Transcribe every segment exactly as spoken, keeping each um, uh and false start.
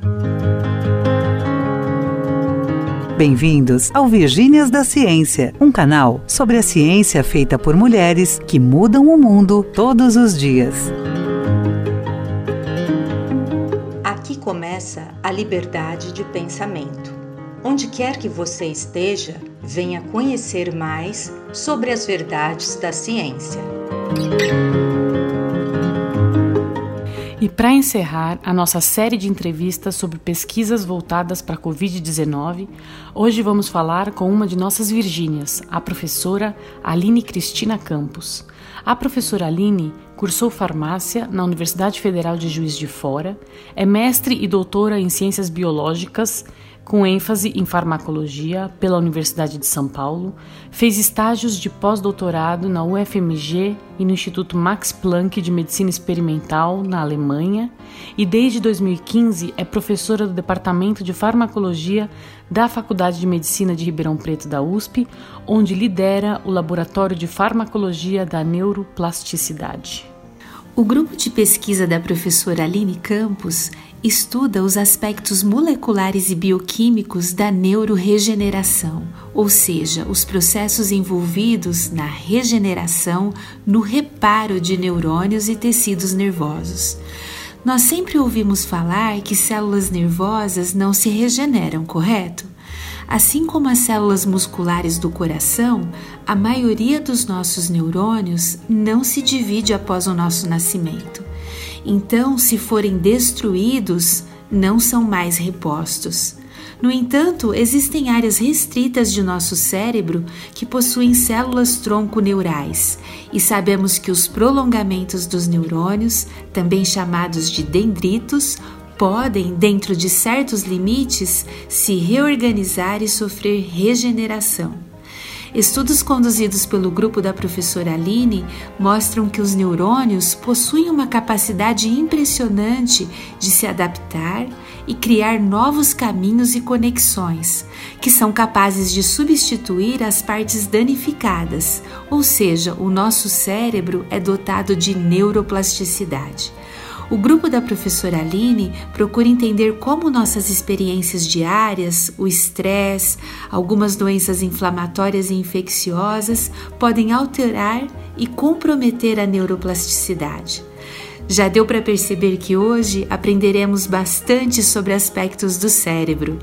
Bem-vindos ao Virgínias da Ciência, um canal sobre a ciência feita por mulheres que mudam o mundo todos os dias. Aqui começa a liberdade de pensamento. Onde quer que você esteja, venha conhecer mais sobre as verdades da ciência. E para encerrar a nossa série de entrevistas sobre pesquisas voltadas para a covid dezenove, hoje vamos falar com uma de nossas Virgínias, a professora Aline Cristina Campos. A professora Aline cursou farmácia na Universidade Federal de Juiz de Fora, é mestre e doutora em ciências biológicas, com ênfase em farmacologia pela Universidade de São Paulo, fez estágios de pós-doutorado na U F M G e no Instituto Max Planck de Medicina Experimental, na Alemanha, e desde dois mil e quinze é professora do Departamento de Farmacologia da Faculdade de Medicina de Ribeirão Preto da U S P, onde lidera o Laboratório de Farmacologia da Neuroplasticidade. O grupo de pesquisa da professora Aline Campos estuda os aspectos moleculares e bioquímicos da neuroregeneração, ou seja, os processos envolvidos na regeneração, no reparo de neurônios e tecidos nervosos. Nós sempre ouvimos falar que células nervosas não se regeneram, correto? Assim como as células musculares do coração, a maioria dos nossos neurônios não se divide após o nosso nascimento. Então, se forem destruídos, não são mais repostos. No entanto, existem áreas restritas de nosso cérebro que possuem células tronco neurais, e sabemos que os prolongamentos dos neurônios, também chamados de dendritos, podem, dentro de certos limites, se reorganizar e sofrer regeneração. Estudos conduzidos pelo grupo da professora Aline mostram que os neurônios possuem uma capacidade impressionante de se adaptar e criar novos caminhos e conexões, que são capazes de substituir as partes danificadas, ou seja, o nosso cérebro é dotado de neuroplasticidade. O grupo da professora Aline procura entender como nossas experiências diárias, o estresse, algumas doenças inflamatórias e infecciosas podem alterar e comprometer a neuroplasticidade. Já deu para perceber que hoje aprenderemos bastante sobre aspectos do cérebro: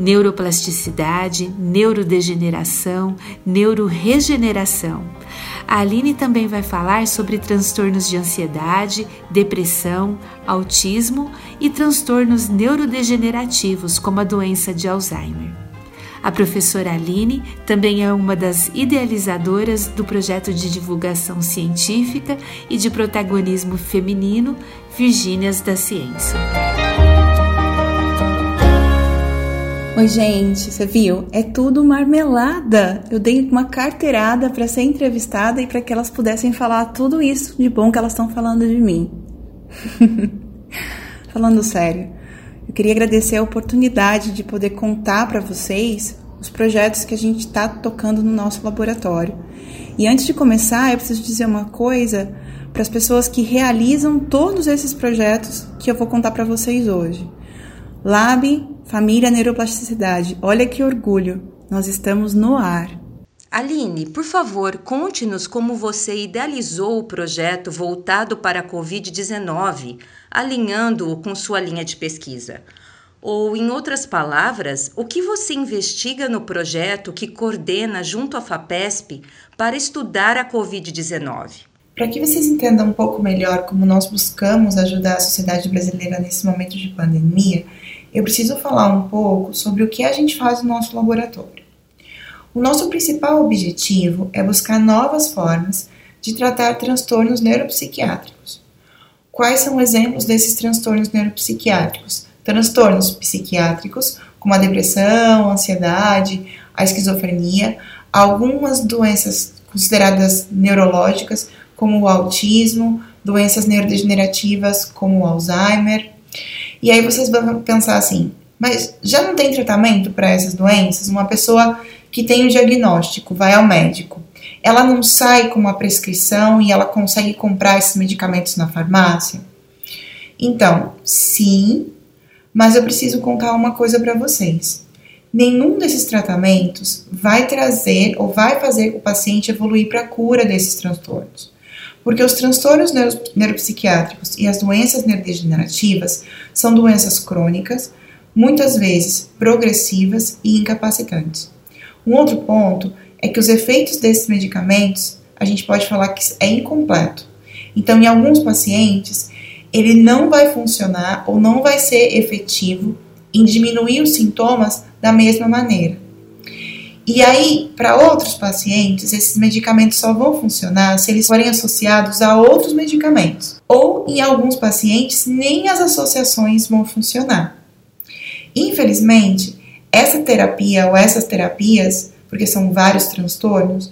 neuroplasticidade, neurodegeneração, neuroregeneração. A Aline também vai falar sobre transtornos de ansiedade, depressão, autismo e transtornos neurodegenerativos, como a doença de Alzheimer. A professora Aline também é uma das idealizadoras do projeto de divulgação científica e de protagonismo feminino Virgínias da Ciência. Oi, gente, você viu? É tudo marmelada. Eu dei uma carteirada para ser entrevistada e para que elas pudessem falar tudo isso de bom que elas estão falando de mim. Falando sério, eu queria agradecer a oportunidade de poder contar para vocês os projetos que a gente está tocando no nosso laboratório. E antes de começar, eu preciso dizer uma coisa para as pessoas que realizam todos esses projetos que eu vou contar para vocês hoje. Lab Família Neuroplasticidade, olha que orgulho, nós estamos no ar. Aline, por favor, conte-nos como você idealizou o projeto voltado para a covid dezenove, alinhando-o com sua linha de pesquisa. Ou, em outras palavras, o que você investiga no projeto que coordena junto à FAPESP para estudar a covid dezenove? Para que vocês entendam um pouco melhor como nós buscamos ajudar a sociedade brasileira nesse momento de pandemia, eu preciso falar um pouco sobre o que a gente faz no nosso laboratório. O nosso principal objetivo é buscar novas formas de tratar transtornos neuropsiquiátricos. Quais são exemplos desses transtornos neuropsiquiátricos? Transtornos psiquiátricos, como a depressão, a ansiedade, a esquizofrenia, algumas doenças consideradas neurológicas, como o autismo, doenças neurodegenerativas, como o Alzheimer. E aí vocês vão pensar assim, mas já não tem tratamento para essas doenças? Uma pessoa que tem o diagnóstico, vai ao médico, ela não sai com uma prescrição e ela consegue comprar esses medicamentos na farmácia? Então, sim, Mas eu preciso contar uma coisa para vocês. Nenhum desses tratamentos vai trazer ou vai fazer o paciente evoluir para a cura desses transtornos. Porque os transtornos neuro- neuropsiquiátricos e as doenças neurodegenerativas são doenças crônicas, muitas vezes progressivas e incapacitantes. Um outro ponto é que os efeitos desses medicamentos, a gente pode falar que é incompleto. Então, em alguns pacientes, ele não vai funcionar ou não vai ser efetivo em diminuir os sintomas da mesma maneira. E aí, para outros pacientes, esses medicamentos só vão funcionar se eles forem associados a outros medicamentos. Ou, em alguns pacientes, nem as associações vão funcionar. Infelizmente, essa terapia ou essas terapias, porque são vários transtornos,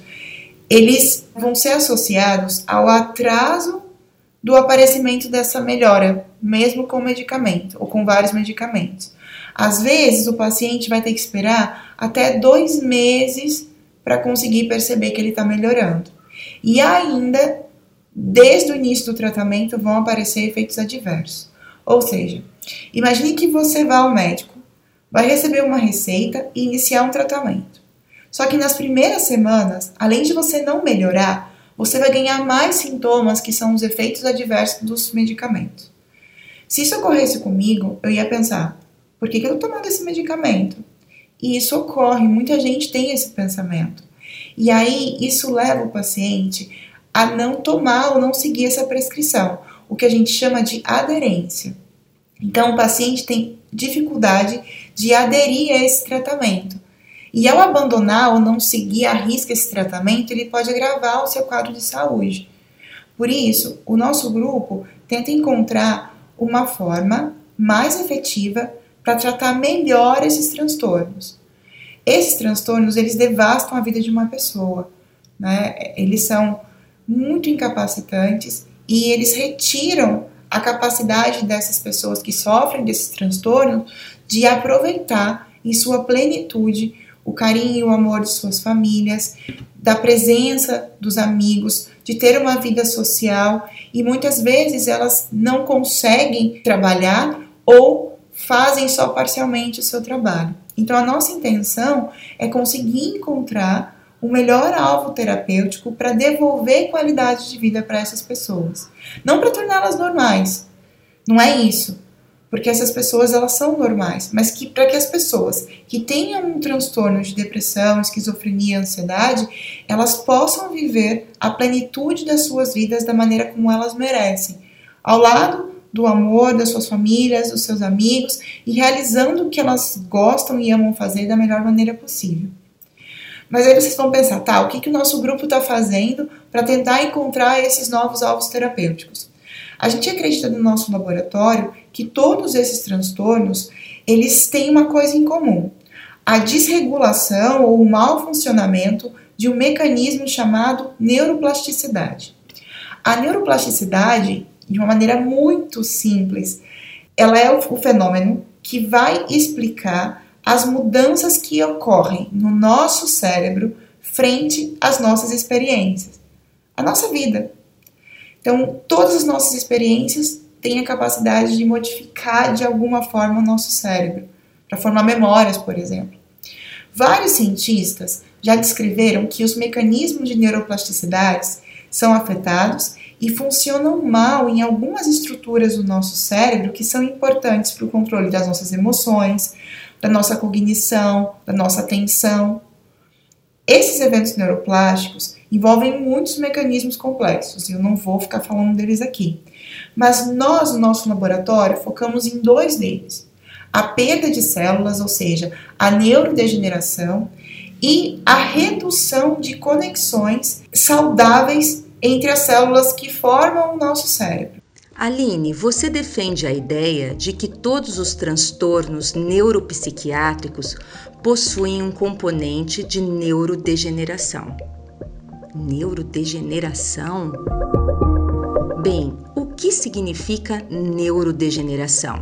eles vão ser associados ao atraso do aparecimento dessa melhora, mesmo com medicamento ou com vários medicamentos. Às vezes, o paciente vai ter que esperar até dois meses para conseguir perceber que ele está melhorando. E ainda, desde o início do tratamento, vão aparecer efeitos adversos. Ou seja, imagine que você vai ao médico, vai receber uma receita e iniciar um tratamento. Só que nas primeiras semanas, além de você não melhorar, você vai ganhar mais sintomas que são os efeitos adversos dos medicamentos. Se isso ocorresse comigo, eu ia pensar, por que que eu estou tomando esse medicamento? E isso ocorre, muita gente tem esse pensamento. E aí, isso leva o paciente a não tomar ou não seguir essa prescrição, o que a gente chama de aderência. Então, o paciente tem dificuldade de aderir a esse tratamento. E ao abandonar ou não seguir à risca esse tratamento, ele pode agravar o seu quadro de saúde. Por isso, o nosso grupo tenta encontrar uma forma mais efetiva para tratar melhor esses transtornos. Esses transtornos, eles devastam a vida de uma pessoa, né? Eles são muito incapacitantes e eles retiram a capacidade dessas pessoas que sofrem desses transtornos de aproveitar em sua plenitude o carinho e o amor de suas famílias, da presença dos amigos, de ter uma vida social, e muitas vezes elas não conseguem trabalhar ou fazem só parcialmente o seu trabalho. Então, a nossa intenção é conseguir encontrar o melhor alvo terapêutico para devolver qualidade de vida para essas pessoas. Não para torná-las normais, não é isso, porque essas pessoas elas são normais, mas que para que as pessoas que tenham um transtorno de depressão, esquizofrenia, ansiedade, elas possam viver a plenitude das suas vidas da maneira como elas merecem, ao lado do amor das suas famílias, dos seus amigos, e realizando o que elas gostam e amam fazer da melhor maneira possível. Mas aí vocês vão pensar, tá, o que, que o nosso grupo está fazendo para tentar encontrar esses novos alvos terapêuticos? A gente acredita no nosso laboratório que todos esses transtornos, eles têm uma coisa em comum: a desregulação ou o mau funcionamento de um mecanismo chamado neuroplasticidade. A neuroplasticidade, de uma maneira muito simples, ela é o fenômeno que vai explicar as mudanças que ocorrem no nosso cérebro frente às nossas experiências, a nossa vida. Então, todas as nossas experiências têm a capacidade de modificar de alguma forma o nosso cérebro, para formar memórias, por exemplo. Vários cientistas já descreveram que os mecanismos de neuroplasticidades são afetados e funcionam mal em algumas estruturas do nosso cérebro que são importantes para o controle das nossas emoções, da nossa cognição, da nossa atenção. Esses eventos neuroplásticos envolvem muitos mecanismos complexos, e eu não vou ficar falando deles aqui. Mas nós, no nosso laboratório, focamos em dois deles: a perda de células, ou seja, a neurodegeneração, e a redução de conexões saudáveis entre as células que formam o nosso cérebro. Aline, você defende a ideia de que todos os transtornos neuropsiquiátricos possuem um componente de neurodegeneração. Neurodegeneração? Bem, o que significa neurodegeneração?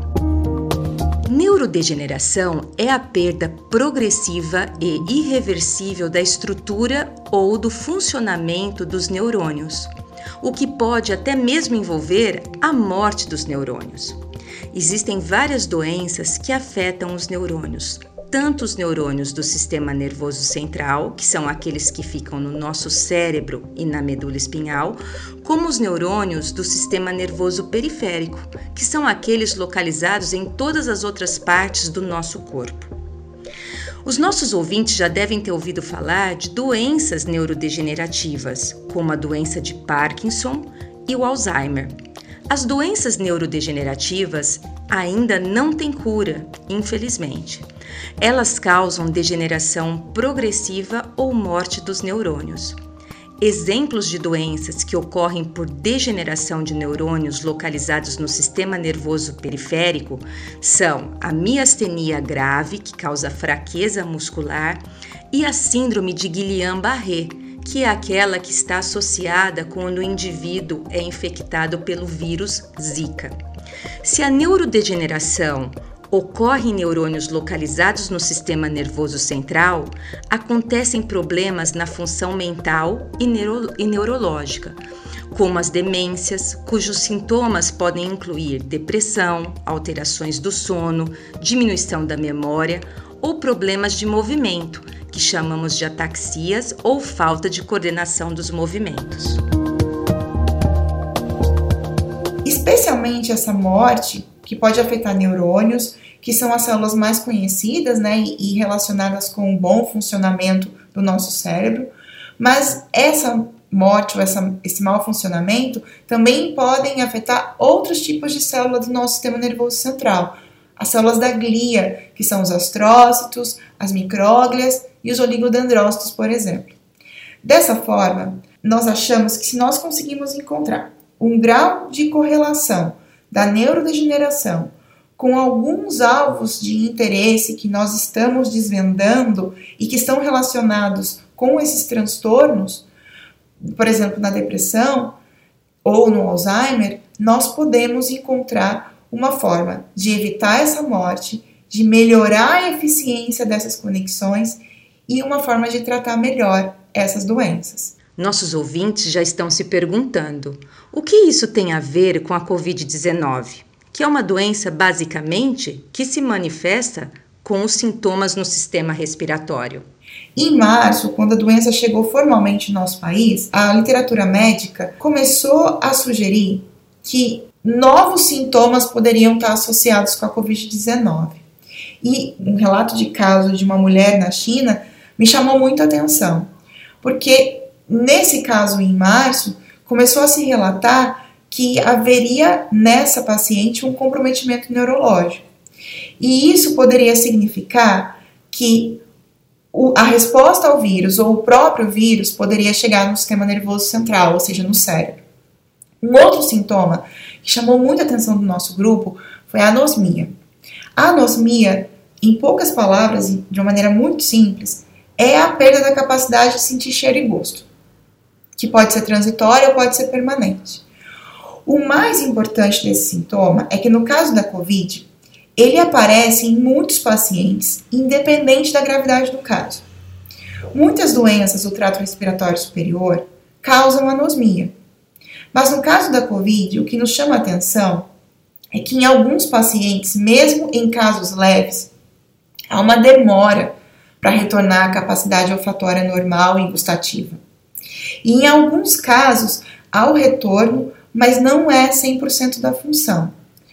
Neurodegeneração é a perda progressiva e irreversível da estrutura ou do funcionamento dos neurônios, o que pode até mesmo envolver a morte dos neurônios. Existem várias doenças que afetam os neurônios, tanto os neurônios do sistema nervoso central, que são aqueles que ficam no nosso cérebro e na medula espinhal, como os neurônios do sistema nervoso periférico, que são aqueles localizados em todas as outras partes do nosso corpo. Os nossos ouvintes já devem ter ouvido falar de doenças neurodegenerativas, como a doença de Parkinson e o Alzheimer. As doenças neurodegenerativas ainda não têm cura, infelizmente. Elas causam degeneração progressiva ou morte dos neurônios. Exemplos de doenças que ocorrem por degeneração de neurônios localizados no sistema nervoso periférico são a miastenia grave, que causa fraqueza muscular, e a síndrome de Guillain-Barré, que é aquela que está associada quando o indivíduo é infectado pelo vírus Zika. Se a neurodegeneração ocorre em neurônios localizados no sistema nervoso central, acontecem problemas na função mental e, neuro- e neurológica, como as demências, cujos sintomas podem incluir depressão, alterações do sono, diminuição da memória ou problemas de movimento, que chamamos de ataxias ou falta de coordenação dos movimentos. Especialmente essa morte, que pode afetar neurônios, que são as células mais conhecidas, né, e relacionadas com o bom funcionamento do nosso cérebro, mas essa morte ou essa, esse mau funcionamento também podem afetar outros tipos de células do nosso sistema nervoso central, as células da glia, que são os astrócitos, as micróglias e os oligodendrócitos, por exemplo. Dessa forma, nós achamos que se nós conseguimos encontrar um grau de correlação da neurodegeneração com alguns alvos de interesse que nós estamos desvendando e que estão relacionados com esses transtornos, por exemplo, na depressão ou no Alzheimer, nós podemos encontrar uma forma de evitar essa morte, de melhorar a eficiência dessas conexões e uma forma de tratar melhor essas doenças. Nossos ouvintes já estão se perguntando: o que isso tem a ver com a covid dezenove? Que é uma doença, basicamente, que se manifesta com os sintomas no sistema respiratório. Em março, quando a doença chegou formalmente no nosso país, a literatura médica começou a sugerir que novos sintomas poderiam estar associados com a covid dezenove. E um relato de caso de uma mulher na China me chamou muito a atenção, porque nesse caso, em março, começou a se relatar que haveria nessa paciente um comprometimento neurológico. E isso poderia significar que o, a resposta ao vírus ou o próprio vírus poderia chegar no sistema nervoso central, ou seja, no cérebro. Um outro sintoma que chamou muita atenção do nosso grupo foi a anosmia. A anosmia, em poucas palavras e de uma maneira muito simples, é a perda da capacidade de sentir cheiro e gosto, que pode ser transitória ou pode ser permanente. O mais importante desse sintoma é que no caso da COVID, ele aparece em muitos pacientes, independente da gravidade do caso. Muitas doenças do trato respiratório superior causam anosmia, mas no caso da COVID, o que nos chama a atenção é que em alguns pacientes, mesmo em casos leves, há uma demora para retornar à capacidade olfatória normal e gustativa. E em alguns casos, há o retorno, mas não é cem por cento da função.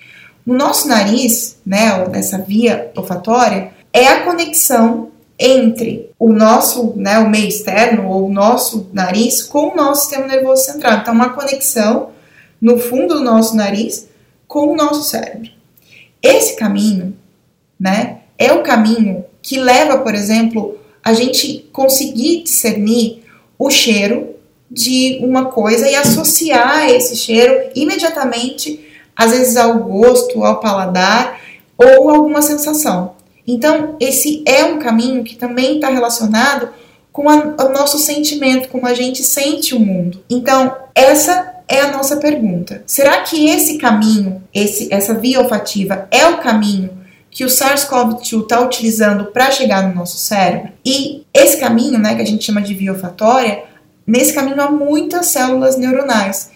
No nosso nariz, né, nessa via olfatória, é a conexão entre o nosso, né, o meio externo ou o nosso nariz com o nosso sistema nervoso central. Então, uma conexão no fundo do nosso nariz com o nosso cérebro. Esse caminho, né, é o caminho que leva, por exemplo, a gente conseguir discernir o cheiro de uma coisa e associar esse cheiro imediatamente, às vezes ao gosto, ao paladar ou alguma sensação. Então, esse é um caminho que também está relacionado com a, o nosso sentimento, como a gente sente o mundo. Então, essa é a nossa pergunta. Será que esse caminho, esse, essa via olfativa é o caminho que o SARS-CoV dois está utilizando para chegar no nosso cérebro? E esse caminho, né, que a gente chama de via olfatória, nesse caminho há muitas células neuronais.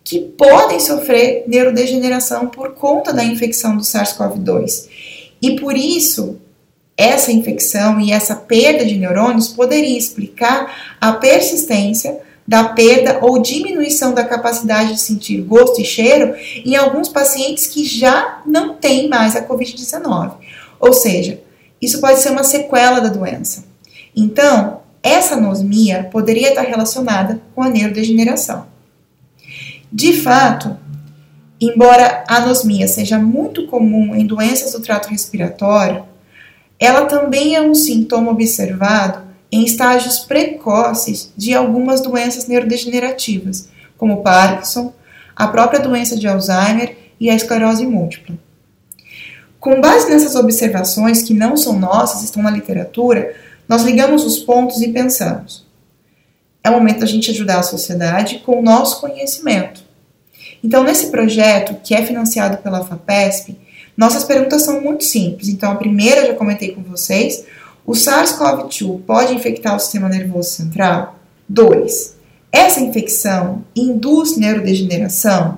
que podem sofrer neurodegeneração por conta da infecção do SARS-CoV dois. E por isso, essa infecção e essa perda de neurônios poderia explicar a persistência da perda ou diminuição da capacidade de sentir gosto e cheiro em alguns pacientes que já não têm mais a covid dezenove. Ou seja, isso pode ser uma sequela da doença. Então, essa anosmia poderia estar relacionada com a neurodegeneração. De fato, embora a anosmia seja muito comum em doenças do trato respiratório, ela também é um sintoma observado em estágios precoces de algumas doenças neurodegenerativas, como o Parkinson, a própria doença de Alzheimer e a esclerose múltipla. Com base nessas observações, que não são nossas, estão na literatura, nós ligamos os pontos e pensamos: é o momento da gente ajudar a sociedade com o nosso conhecimento. Então, nesse projeto, que é financiado pela FAPESP, nossas perguntas são muito simples. Então, a primeira eu já comentei com vocês: o SARS-CoV dois pode infectar o sistema nervoso central? dois. Essa infecção induz neurodegeneração?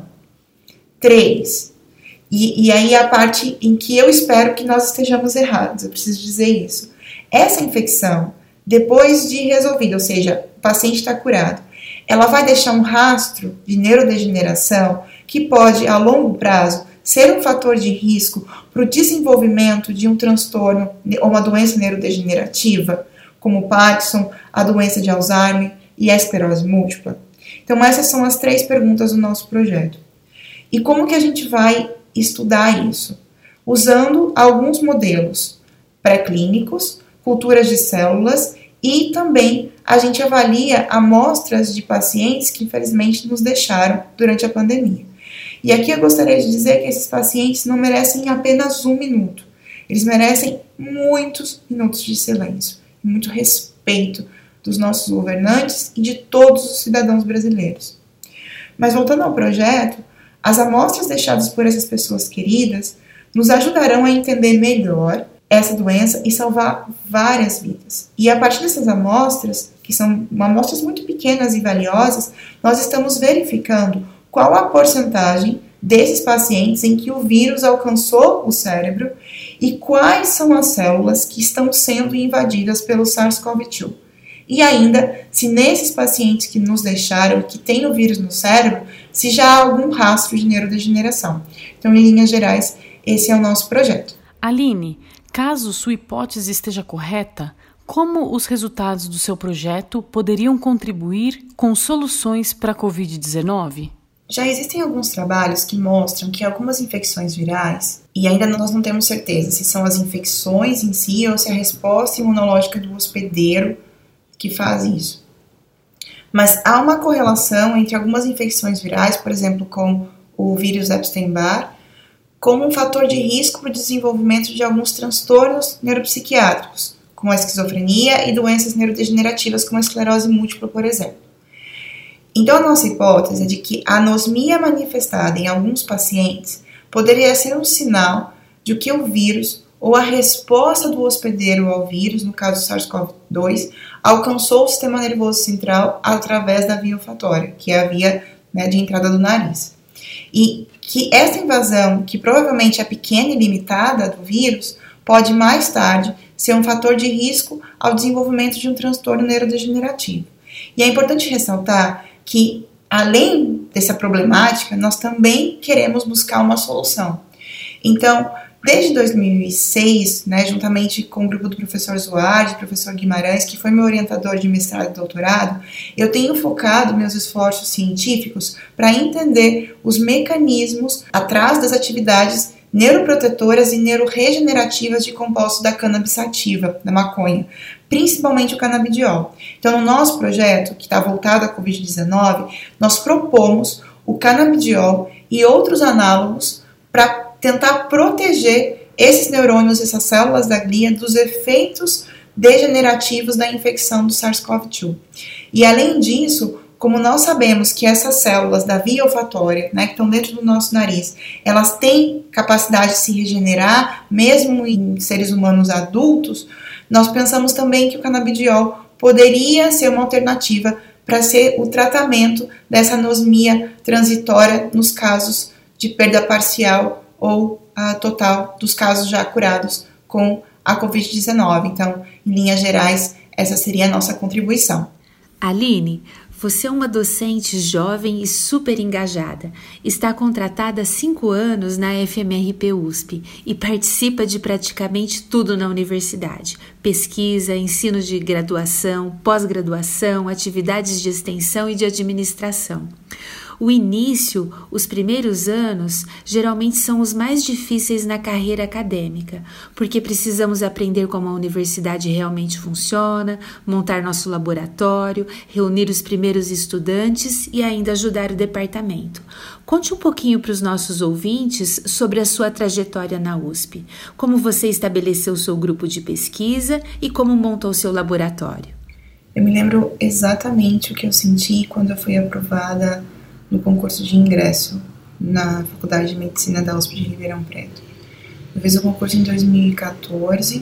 três. E, e aí a parte em que eu espero que nós estejamos errados, eu preciso dizer isso. Essa infecção, depois de resolvida, ou seja, o paciente está curado, ela vai deixar um rastro de neurodegeneração que pode, a longo prazo, ser um fator de risco para o desenvolvimento de um transtorno ou uma doença neurodegenerativa, como o Parkinson, a doença de Alzheimer e a esclerose múltipla? Então, essas são as três perguntas do nosso projeto. E como que a gente vai estudar isso? Usando alguns modelos pré-clínicos, culturas de células, e também a gente avalia amostras de pacientes que infelizmente nos deixaram durante a pandemia. E aqui eu gostaria de dizer que esses pacientes não merecem apenas um minuto. Eles merecem muitos minutos de silêncio, muito respeito dos nossos governantes e de todos os cidadãos brasileiros. Mas voltando ao projeto, as amostras deixadas por essas pessoas queridas nos ajudarão a entender melhor essa doença e salvar várias vidas. E a partir dessas amostras, que são amostras muito pequenas e valiosas, nós estamos verificando qual a porcentagem desses pacientes em que o vírus alcançou o cérebro e quais são as células que estão sendo invadidas pelo SARS-CoV dois. E ainda, se nesses pacientes que nos deixaram, que têm o vírus no cérebro, se já há algum rastro de neurodegeneração. Então, em linhas gerais, esse é o nosso projeto. Aline, caso sua hipótese esteja correta, como os resultados do seu projeto poderiam contribuir com soluções para a covid dezenove? Já existem alguns trabalhos que mostram que algumas infecções virais, e ainda nós não temos certeza se são as infecções em si ou se é a resposta imunológica do hospedeiro que faz isso. Mas há uma correlação entre algumas infecções virais, por exemplo, com o vírus Epstein-Barr, como um fator de risco para o desenvolvimento de alguns transtornos neuropsiquiátricos, como a esquizofrenia e doenças neurodegenerativas como a esclerose múltipla, por exemplo. Então, a nossa hipótese é de que a anosmia manifestada em alguns pacientes poderia ser um sinal de que o vírus ou a resposta do hospedeiro ao vírus, no caso do SARS-CoV dois, alcançou o sistema nervoso central através da via olfatória, que é a via, né, de entrada do nariz. E que essa invasão, que provavelmente é pequena e limitada do vírus, pode mais tarde ser um fator de risco ao desenvolvimento de um transtorno neurodegenerativo. E é importante ressaltar que, além dessa problemática, nós também queremos buscar uma solução. Então, desde dois mil e seis, né, juntamente com o grupo do professor Zuardi, professor Guimarães, que foi meu orientador de mestrado e doutorado, eu tenho focado meus esforços científicos para entender os mecanismos atrás das atividades neuroprotetoras e neuroregenerativas de compostos da cannabis sativa, da maconha, principalmente o canabidiol. Então, no nosso projeto, que está voltado à covid dezenove, nós propomos o canabidiol e outros análogos para tentar proteger esses neurônios, essas células da glia, dos efeitos degenerativos da infecção do SARS-CoV dois. E além disso, como nós sabemos que essas células da via olfatória, né, que estão dentro do nosso nariz, elas têm capacidade de se regenerar, mesmo em seres humanos adultos, nós pensamos também que o canabidiol poderia ser uma alternativa para ser o tratamento dessa anosmia transitória nos casos de perda parcial ou uh, total dos casos já curados com a covid dezenove. Então, em linhas gerais, essa seria a nossa contribuição. Aline, você é uma docente jovem e super engajada. Está contratada há cinco anos na F M R P U S P e participa de praticamente tudo na universidade. Pesquisa, ensino de graduação, pós-graduação, atividades de extensão e de administração. O início, os primeiros anos, geralmente são os mais difíceis na carreira acadêmica, porque precisamos aprender como a universidade realmente funciona, montar nosso laboratório, reunir os primeiros estudantes e ainda ajudar o departamento. Conte um pouquinho para os nossos ouvintes sobre a sua trajetória na U S P, como você estabeleceu o seu grupo de pesquisa e como montou o seu laboratório. Eu me lembro exatamente o que eu senti quando eu fui aprovada no concurso de ingresso na Faculdade de Medicina da U S P de Ribeirão Preto. Eu fiz o concurso em dois mil e quatorze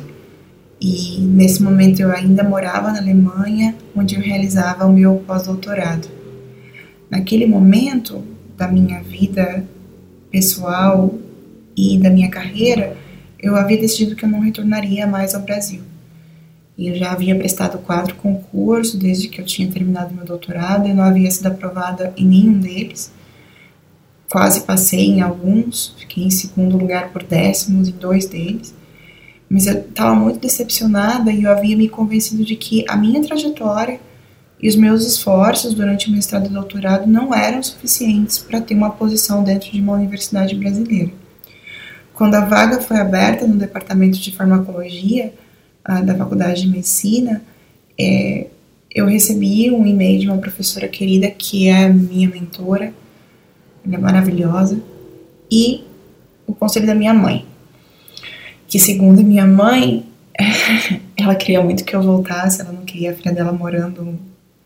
e nesse momento eu ainda morava na Alemanha, onde eu realizava o meu pós-doutorado. Naquele momento da minha vida pessoal e da minha carreira, eu havia decidido que eu não retornaria mais ao Brasil. E eu já havia prestado quatro concursos desde que eu tinha terminado meu doutorado. Eu não havia sido aprovada em nenhum deles. Quase passei em alguns, fiquei em segundo lugar por décimos em dois deles. Mas eu estava muito decepcionada e eu havia me convencido de que a minha trajetória e os meus esforços durante o mestrado e doutorado não eram suficientes para ter uma posição dentro de uma universidade brasileira. Quando a vaga foi aberta no departamento de farmacologia da Faculdade de Medicina, é, eu recebi um e-mail de uma professora querida que é minha mentora, ela é maravilhosa, e o conselho da minha mãe, que segundo a minha mãe, ela queria muito que eu voltasse, ela não queria a filha dela morando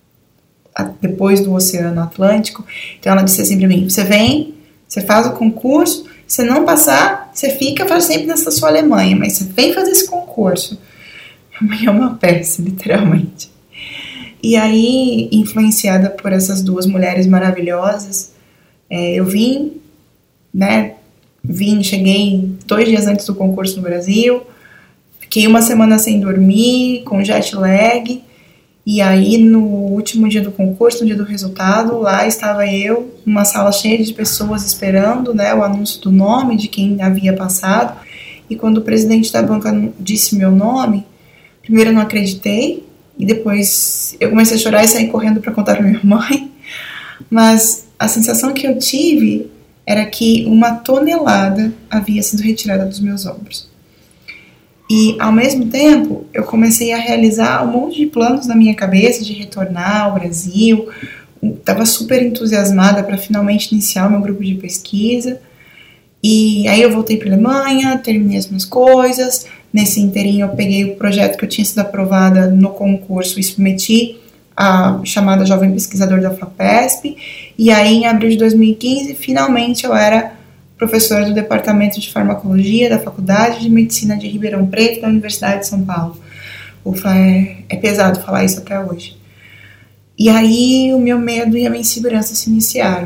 depois do Oceano Atlântico, então ela disse assim para mim: você vem, você faz o concurso, se não passar, você fica faz sempre nessa sua Alemanha, mas você vem fazer esse concurso. Minha mãe é uma peça, literalmente. E aí, influenciada por essas duas mulheres maravilhosas, é, eu vim, né, vim, cheguei dois dias antes do concurso no Brasil, fiquei uma semana sem dormir, com jet lag, e aí no último dia do concurso, no dia do resultado, lá estava eu, numa sala cheia de pessoas esperando, né, o anúncio do nome de quem havia passado, e quando o presidente da banca disse meu nome, primeiro eu não acreditei, e depois eu comecei a chorar e saí correndo para contar para minha mãe, mas a sensação que eu tive era que uma tonelada havia sido retirada dos meus ombros. E, ao mesmo tempo, eu comecei a realizar um monte de planos na minha cabeça de retornar ao Brasil, estava super entusiasmada para finalmente iniciar o meu grupo de pesquisa, e aí eu voltei para a Alemanha, terminei as minhas coisas. Nesse inteirinho eu peguei o projeto que eu tinha sido aprovada no concurso e submeti a chamada Jovem Pesquisador da FAPESP, e aí em abril de dois mil e quinze, finalmente eu era professora do Departamento de Farmacologia da Faculdade de Medicina de Ribeirão Preto da Universidade de São Paulo. Ufa, é, é pesado falar isso até hoje. E aí o meu medo e a minha insegurança se iniciaram.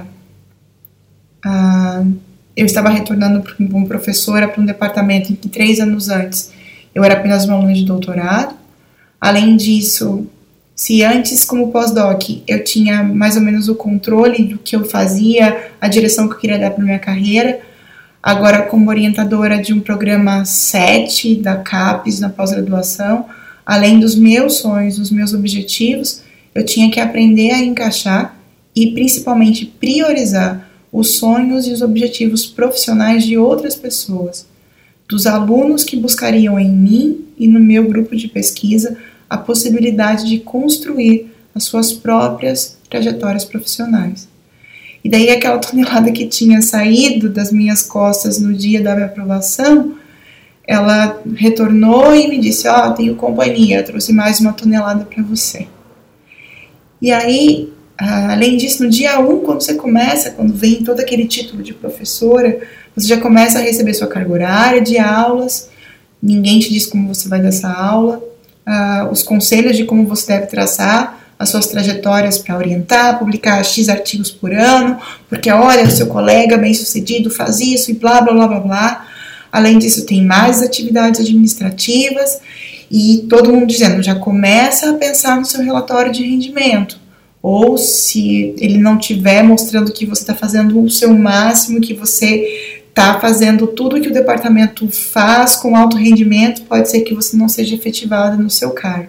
Ah, eu estava retornando como professora para um departamento em que três anos antes eu era apenas uma aluna de doutorado. Além disso, se antes como pós-doc eu tinha mais ou menos o controle do que eu fazia, a direção que eu queria dar para minha carreira, agora como orientadora de um programa sete da CAPES na pós-graduação, além dos meus sonhos, dos meus objetivos, eu tinha que aprender a encaixar e principalmente priorizar os sonhos e os objetivos profissionais de outras pessoas, dos alunos que buscariam em mim e no meu grupo de pesquisa a possibilidade de construir as suas próprias trajetórias profissionais. E daí aquela tonelada que tinha saído das minhas costas no dia da minha aprovação, ela retornou e me disse: ó, oh, tenho companhia, eu trouxe mais uma tonelada para você. E aí, além disso, no dia um, quando você começa, quando vem todo aquele título de professora, você já começa a receber sua carga horária de aulas, ninguém te diz como você vai dar essa aula, uh, os conselhos de como você deve traçar as suas trajetórias para orientar, publicar X artigos por ano, porque olha, o seu colega bem-sucedido faz isso e blá, blá, blá, blá, blá. Além disso, tem mais atividades administrativas e todo mundo dizendo, já começa a pensar no seu relatório de rendimento. Ou se ele não estiver mostrando que você está fazendo o seu máximo, que você está fazendo tudo que o departamento faz com alto rendimento, pode ser que você não seja efetivada no seu cargo.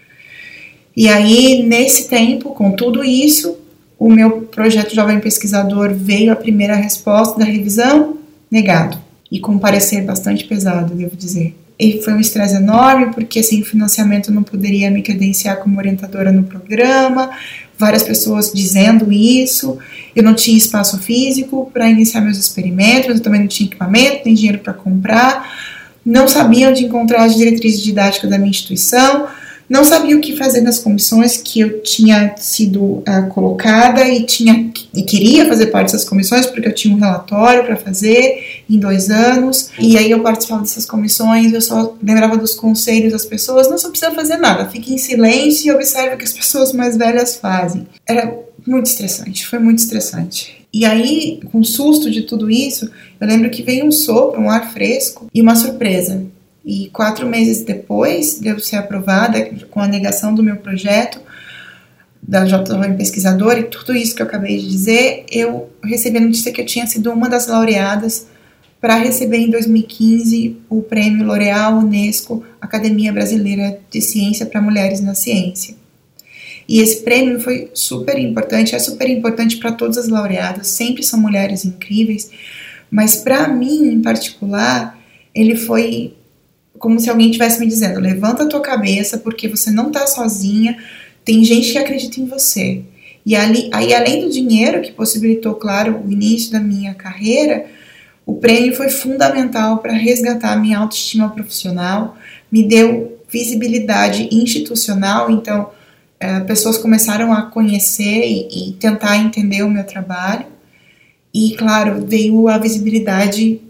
E aí, nesse tempo, com tudo isso, o meu projeto Jovem Pesquisador veio a primeira resposta da revisão, negado. E com um parecer bastante pesado, devo dizer. E foi um estresse enorme, porque sem financiamento eu não poderia me credenciar como orientadora no programa, várias pessoas dizendo isso, eu não tinha espaço físico para iniciar meus experimentos, eu também não tinha equipamento, nem dinheiro para comprar, não sabia onde encontrar as diretrizes didáticas da minha instituição, não sabia o que fazer nas comissões que eu tinha sido uh, colocada e, tinha, e queria fazer parte dessas comissões porque eu tinha um relatório para fazer em dois anos. E aí eu participava dessas comissões, eu só lembrava dos conselhos das pessoas, não só precisa fazer nada, fique em silêncio e observe o que as pessoas mais velhas fazem. Era muito estressante, foi muito estressante. E aí, com o susto de tudo isso, eu lembro que veio um sopro, um ar fresco e uma surpresa. E quatro meses depois de eu ser aprovada com a negação do meu projeto, da Jovem Pesquisador e tudo isso que eu acabei de dizer, eu recebi a notícia que eu tinha sido uma das laureadas para receber em dois mil e quinze o prêmio L'Oréal Unesco Academia Brasileira de Ciência para Mulheres na Ciência. E esse prêmio foi super importante, é super importante para todas as laureadas, sempre são mulheres incríveis, mas para mim em particular, ele foi como se alguém estivesse me dizendo, levanta a tua cabeça porque você não está sozinha, tem gente que acredita em você. E ali, aí, além do dinheiro que possibilitou, claro, o início da minha carreira, o prêmio foi fundamental para resgatar a minha autoestima profissional, me deu visibilidade institucional, então é, pessoas começaram a conhecer e, e tentar entender o meu trabalho. E, claro, veio a visibilidade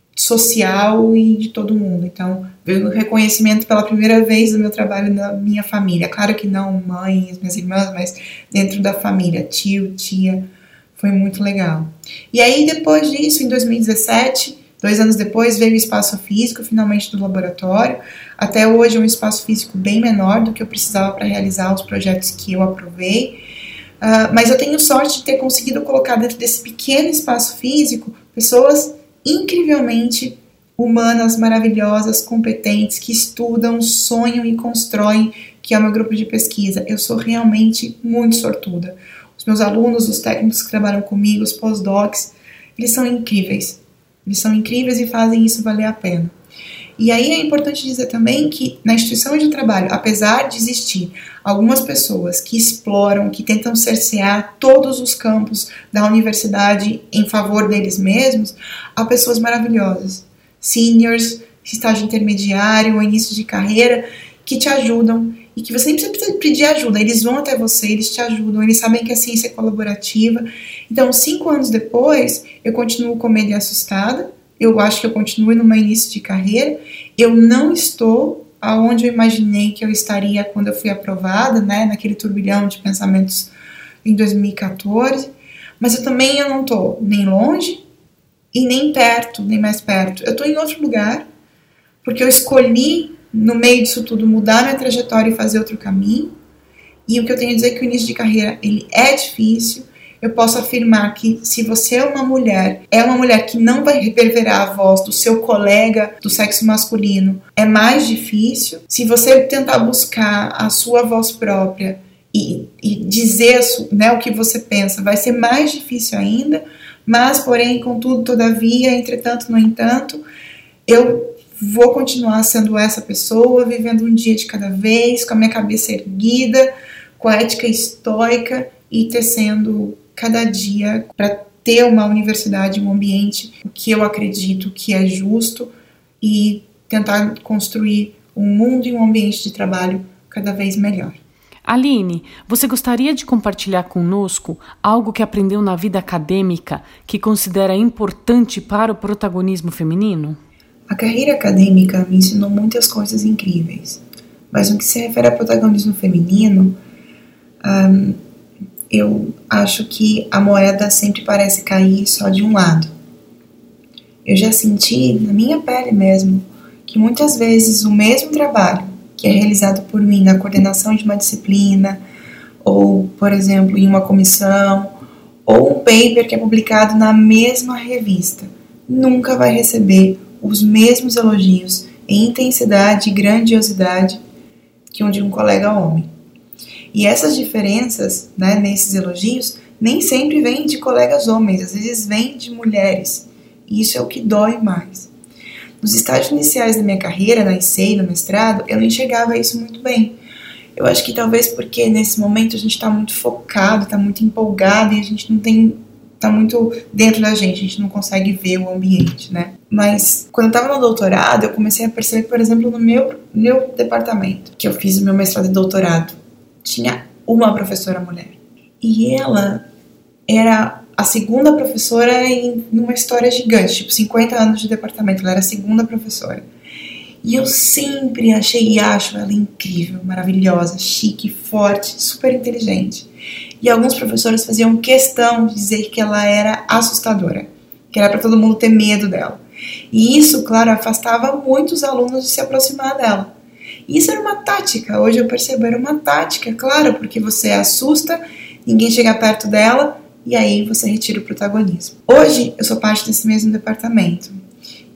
social e de todo mundo. Então, veio o reconhecimento pela primeira vez do meu trabalho na minha família. Claro que não mãe, as minhas irmãs, mas dentro da família, tio, tia, foi muito legal. E aí, depois disso, em dois mil e dezessete, dois anos depois, veio o espaço físico, finalmente, do laboratório. Até hoje é um espaço físico bem menor do que eu precisava para realizar os projetos que eu aprovei. Uh, mas eu tenho sorte de ter conseguido colocar dentro desse pequeno espaço físico pessoas incrivelmente humanas, maravilhosas, competentes, que estudam, sonham e constroem, que é o meu grupo de pesquisa. Eu sou realmente muito sortuda. Os meus alunos, os técnicos que trabalham comigo, os pós-docs, eles são incríveis. Eles são incríveis e fazem isso valer a pena. E aí é importante dizer também que na instituição de trabalho, apesar de existir algumas pessoas que exploram, que tentam cercear todos os campos da universidade em favor deles mesmos, há pessoas maravilhosas, seniors, estágio intermediário ou início de carreira, que te ajudam e que você nem precisa pedir ajuda, eles vão até você, eles te ajudam, eles sabem que a ciência é colaborativa. Então, cinco anos depois, eu continuo com medo e assustada. Eu acho que eu continuo no meu início de carreira. Eu não estou aonde eu imaginei que eu estaria quando eu fui aprovada, né, naquele turbilhão de pensamentos em dois mil e quatorze. Mas eu também eu não estou nem longe e nem perto, nem mais perto. Eu estou em outro lugar, porque eu escolhi, no meio disso tudo, mudar minha trajetória e fazer outro caminho. E o que eu tenho a dizer é que o início de carreira ele é difícil. Eu posso afirmar que se você é uma mulher, é uma mulher que não vai reverberar a voz do seu colega do sexo masculino, é mais difícil. Se você tentar buscar a sua voz própria e, e dizer, né, o que você pensa, vai ser mais difícil ainda. Mas, porém, contudo, todavia, entretanto, no entanto, eu vou continuar sendo essa pessoa, vivendo um dia de cada vez, com a minha cabeça erguida, com a ética estoica e tecendo cada dia para ter uma universidade, um ambiente que eu acredito que é justo e tentar construir um mundo e um ambiente de trabalho cada vez melhor. Aline, você gostaria de compartilhar conosco algo que aprendeu na vida acadêmica que considera importante para o protagonismo feminino? A carreira acadêmica me ensinou muitas coisas incríveis, mas no que se refere a protagonismo feminino, um, eu acho que a moeda sempre parece cair só de um lado. Eu já senti na minha pele mesmo que muitas vezes o mesmo trabalho que é realizado por mim na coordenação de uma disciplina, ou, por exemplo, em uma comissão, ou um paper que é publicado na mesma revista, nunca vai receber os mesmos elogios em intensidade e grandiosidade que um de um colega homem. E essas diferenças, né, nesses elogios, nem sempre vêm de colegas homens, às vezes vêm de mulheres. E isso é o que dói mais. Nos estágios iniciais da minha carreira, na I C E, no mestrado, eu não enxergava isso muito bem. Eu acho que talvez porque nesse momento a gente está muito focado, está muito empolgado e a gente não tem, está muito dentro da gente, a gente não consegue ver o ambiente, né? Mas quando eu estava no doutorado, eu comecei a perceber, por exemplo, no meu, meu departamento, que eu fiz o meu mestrado e doutorado, tinha uma professora mulher. E ela era a segunda professora em uma história gigante, tipo cinquenta anos de departamento, ela era a segunda professora. E eu sempre achei e acho ela incrível, maravilhosa, chique, forte, super inteligente. E alguns professores faziam questão de dizer que ela era assustadora, que era para todo mundo ter medo dela. E isso, claro, afastava muitos alunos de se aproximar dela. E isso era uma tática, hoje eu percebo, era uma tática, claro, porque você assusta, ninguém chega perto dela e aí você retira o protagonismo. Hoje eu sou parte desse mesmo departamento.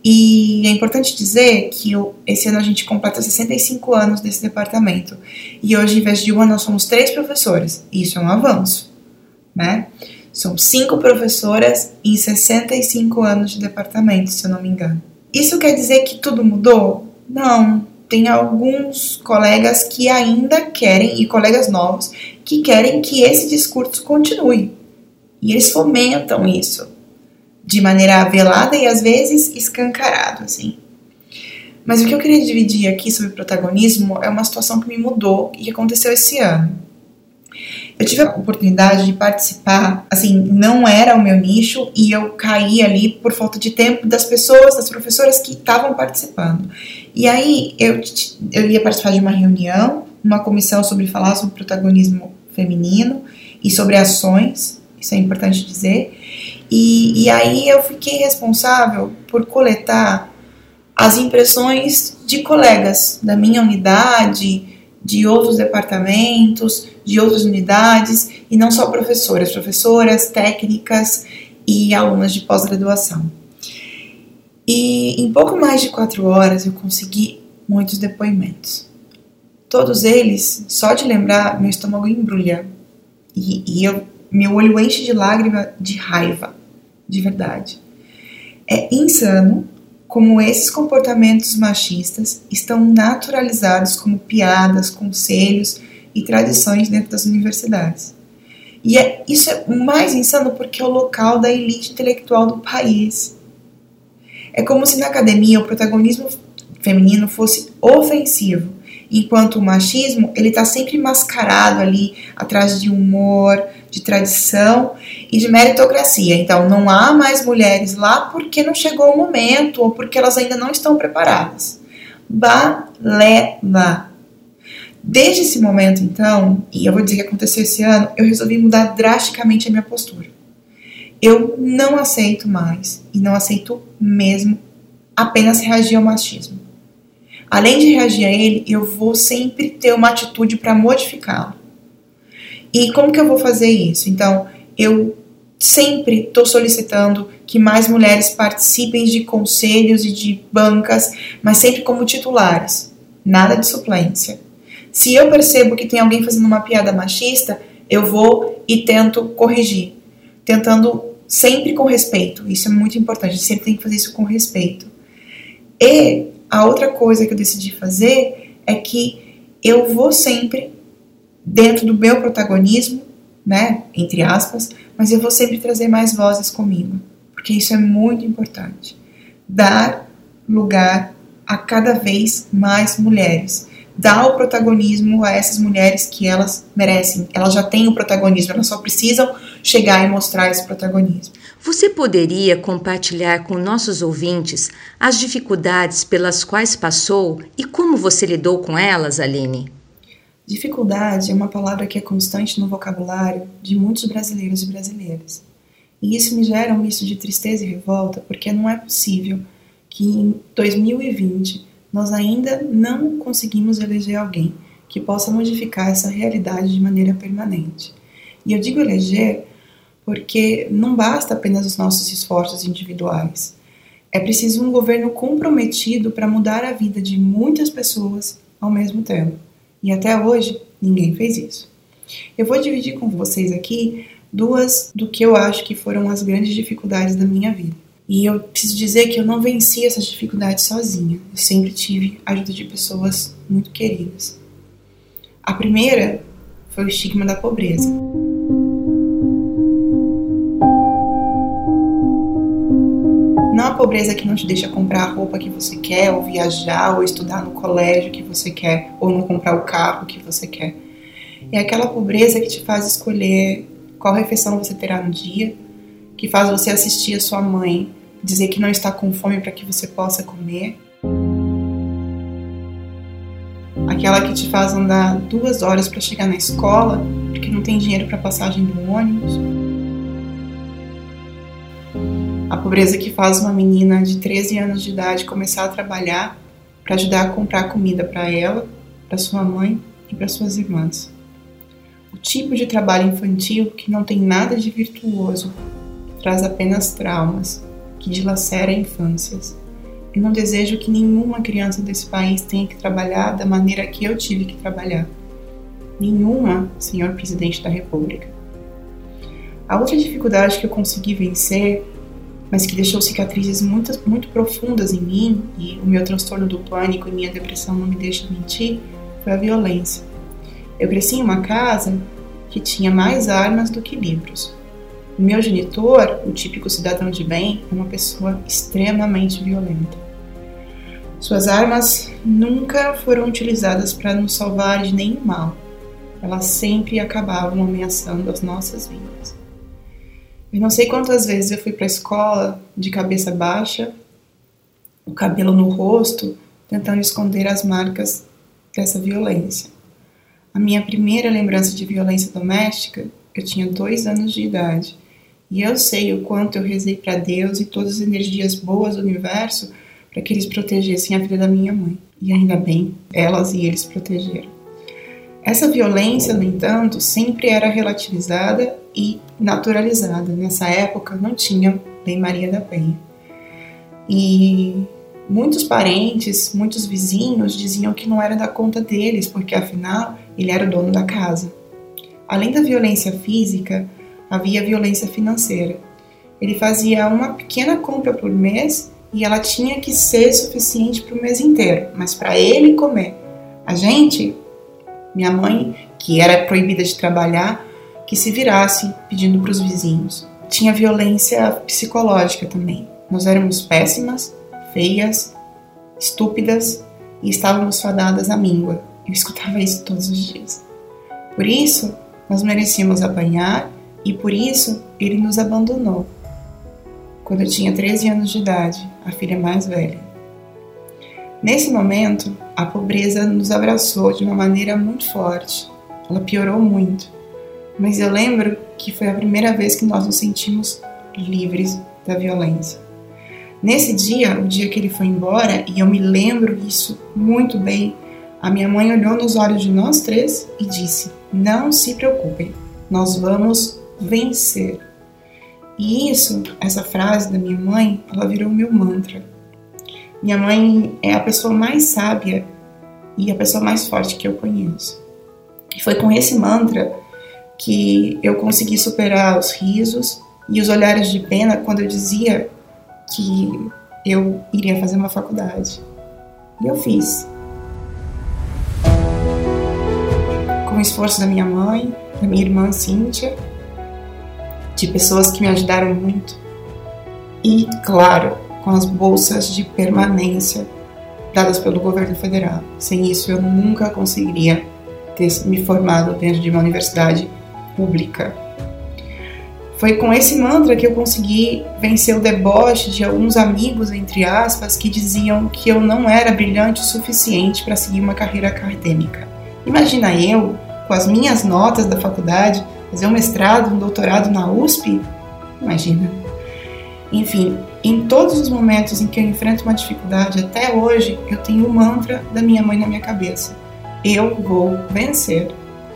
E é importante dizer que eu, esse ano a gente completa sessenta e cinco anos desse departamento. E hoje, em vez de uma, nós somos três professores. Isso é um avanço, né? São cinco professoras em sessenta e cinco anos de departamento, se eu não me engano. Isso quer dizer que tudo mudou? Não. Tem alguns colegas que ainda querem, e colegas novos, que querem que esse discurso continue. E eles fomentam isso de maneira velada e às vezes escancarado, assim. Mas o que eu queria dividir aqui sobre protagonismo é uma situação que me mudou e que aconteceu esse ano. Eu tive a oportunidade de participar, assim, não era o meu nicho e eu caí ali por falta de tempo das pessoas, das professoras que estavam participando. E aí eu, eu ia participar de uma reunião, uma comissão sobre falar sobre protagonismo feminino e sobre ações, isso é importante dizer. E, e aí eu fiquei responsável por coletar as impressões de colegas da minha unidade, de outros departamentos, de outras unidades, e não só professoras, professoras, técnicas e alunas de pós-graduação. E em pouco mais de quatro horas eu consegui muitos depoimentos. Todos eles, só de lembrar, meu estômago embrulha e, e eu, meu olho enche de lágrima de raiva. De verdade. É insano como esses comportamentos machistas estão naturalizados como piadas, conselhos e tradições dentro das universidades. E é, isso é mais insano porque é o local da elite intelectual do país. É como se na academia o protagonismo feminino fosse ofensivo, enquanto o machismo ele está sempre mascarado ali atrás de humor, de tradição e de meritocracia. Então não há mais mulheres lá porque não chegou o momento ou porque elas ainda não estão preparadas. Balela. Desde esse momento então, e eu vou dizer que aconteceu esse ano, eu resolvi mudar drasticamente a minha postura. Eu não aceito mais, e não aceito mesmo, apenas reagir ao machismo. Além de reagir a ele, eu vou sempre ter uma atitude para modificá-lo. E como que eu vou fazer isso? Então, eu sempre estou solicitando que mais mulheres participem de conselhos e de bancas, mas sempre como titulares, nada de suplência. Se eu percebo que tem alguém fazendo uma piada machista, eu vou e tento corrigir, tentando sempre com respeito. Isso é muito importante, a gente sempre tem que fazer isso com respeito. E a outra coisa que eu decidi fazer é que eu vou sempre, dentro do meu protagonismo, né, entre aspas, mas eu vou sempre trazer mais vozes comigo, porque isso é muito importante. Dar lugar a cada vez mais mulheres. Dar o protagonismo a essas mulheres que elas merecem. Elas já têm o protagonismo, elas só precisam chegar e mostrar esse protagonismo. Você poderia compartilhar com nossos ouvintes as dificuldades pelas quais passou e como você lidou com elas, Aline? Dificuldade é uma palavra que é constante no vocabulário de muitos brasileiros e brasileiras. E isso me gera um misto de tristeza e revolta, porque não é possível que em dois mil e vinte nós ainda não conseguimos eleger alguém que possa modificar essa realidade de maneira permanente. E eu digo eleger porque não basta apenas os nossos esforços individuais. É preciso um governo comprometido para mudar a vida de muitas pessoas ao mesmo tempo. E até hoje, ninguém fez isso. Eu vou dividir com vocês aqui duas do que eu acho que foram as grandes dificuldades da minha vida. E eu preciso dizer que eu não venci essas dificuldades sozinha. Eu sempre tive a ajuda de pessoas muito queridas. A primeira foi o estigma da pobreza. Não a pobreza que não te deixa comprar a roupa que você quer, ou viajar, ou estudar no colégio que você quer, ou não comprar o carro que você quer. É aquela pobreza que te faz escolher qual refeição você terá no dia, que faz você assistir a sua mãe dizer que não está com fome para que você possa comer. Aquela que te faz andar duas horas para chegar na escola, porque não tem dinheiro para a passagem do ônibus. A pobreza que faz uma menina de treze anos de idade começar a trabalhar para ajudar a comprar comida para ela, para sua mãe e para suas irmãs. O tipo de trabalho infantil que não tem nada de virtuoso, que traz apenas traumas, que dilacera infâncias. Eu não desejo que nenhuma criança desse país tenha que trabalhar da maneira que eu tive que trabalhar. Nenhuma, senhor presidente da República. A outra dificuldade que eu consegui vencer, mas que deixou cicatrizes muito, muito profundas em mim, e o meu transtorno do pânico e minha depressão não me deixam mentir, foi a violência. Eu cresci em uma casa que tinha mais armas do que livros. O meu genitor, o típico cidadão de bem, é uma pessoa extremamente violenta. Suas armas nunca foram utilizadas para nos salvar de nenhum mal. Elas sempre acabavam ameaçando as nossas vidas. Eu não sei quantas vezes eu fui para a escola de cabeça baixa, o cabelo no rosto, tentando esconder as marcas dessa violência. A minha primeira lembrança de violência doméstica, eu tinha dois anos de idade. E eu sei o quanto eu rezei para Deus e todas as energias boas do universo para que eles protegessem a vida da minha mãe. E ainda bem, elas e eles protegeram. Essa violência, no entanto, sempre era relativizada e naturalizada. Nessa época não tinha Lei Maria da Penha. E muitos parentes, muitos vizinhos diziam que não era da conta deles, porque afinal ele era o dono da casa. Além da violência física, havia violência financeira. Ele fazia uma pequena compra por mês e ela tinha que ser suficiente para o mês inteiro, mas para ele comer. A gente, minha mãe, que era proibida de trabalhar, que se virasse pedindo para os vizinhos. Tinha violência psicológica também. Nós éramos péssimas, feias, estúpidas e estávamos fadadas à míngua. Eu escutava isso todos os dias. Por isso, nós merecíamos apanhar e por isso ele nos abandonou. Quando eu tinha treze anos de idade, a filha mais velha. Nesse momento, a pobreza nos abraçou de uma maneira muito forte. Ela piorou muito. Mas eu lembro que foi a primeira vez que nós nos sentimos livres da violência. Nesse dia, o dia que ele foi embora, e eu me lembro isso muito bem, a minha mãe olhou nos olhos de nós três e disse: "Não se preocupem, nós vamos vencer." E isso, essa frase da minha mãe, ela virou meu mantra. Minha mãe é a pessoa mais sábia e a pessoa mais forte que eu conheço. E foi com esse mantra que eu consegui superar os risos e os olhares de pena quando eu dizia que eu iria fazer uma faculdade. E eu fiz. Com o esforço da minha mãe, da minha irmã Cíntia, de pessoas que me ajudaram muito. E, claro, com as bolsas de permanência dadas pelo governo federal. Sem isso, eu nunca conseguiria ter me formado dentro de uma universidade pública. Foi com esse mantra que eu consegui vencer o deboche de alguns amigos, entre aspas, que diziam que eu não era brilhante o suficiente para seguir uma carreira acadêmica. Imagina eu, com as minhas notas da faculdade, fazer um mestrado, um doutorado na U S P? Imagina. Enfim, em todos os momentos em que eu enfrento uma dificuldade, até hoje, eu tenho o mantra da minha mãe na minha cabeça. Eu vou vencer.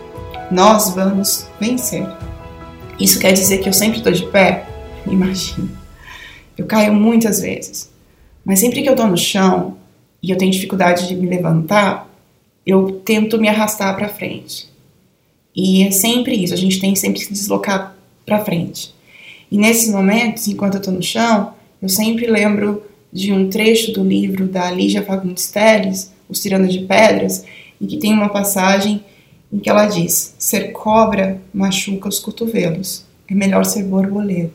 Nós vamos vencer. Isso quer dizer que eu sempre estou de pé? Imagina. Eu caio muitas vezes. Mas sempre que eu estou no chão e eu tenho dificuldade de me levantar, eu tento me arrastar para frente. E é sempre isso, a gente tem sempre que se deslocar para frente. E nesses momentos, enquanto eu estou no chão, eu sempre lembro de um trecho do livro da Lígia Fagundes Telles, Os Tiranos de Pedras, em que tem uma passagem em que ela diz: ser cobra machuca os cotovelos, é melhor ser borboleta.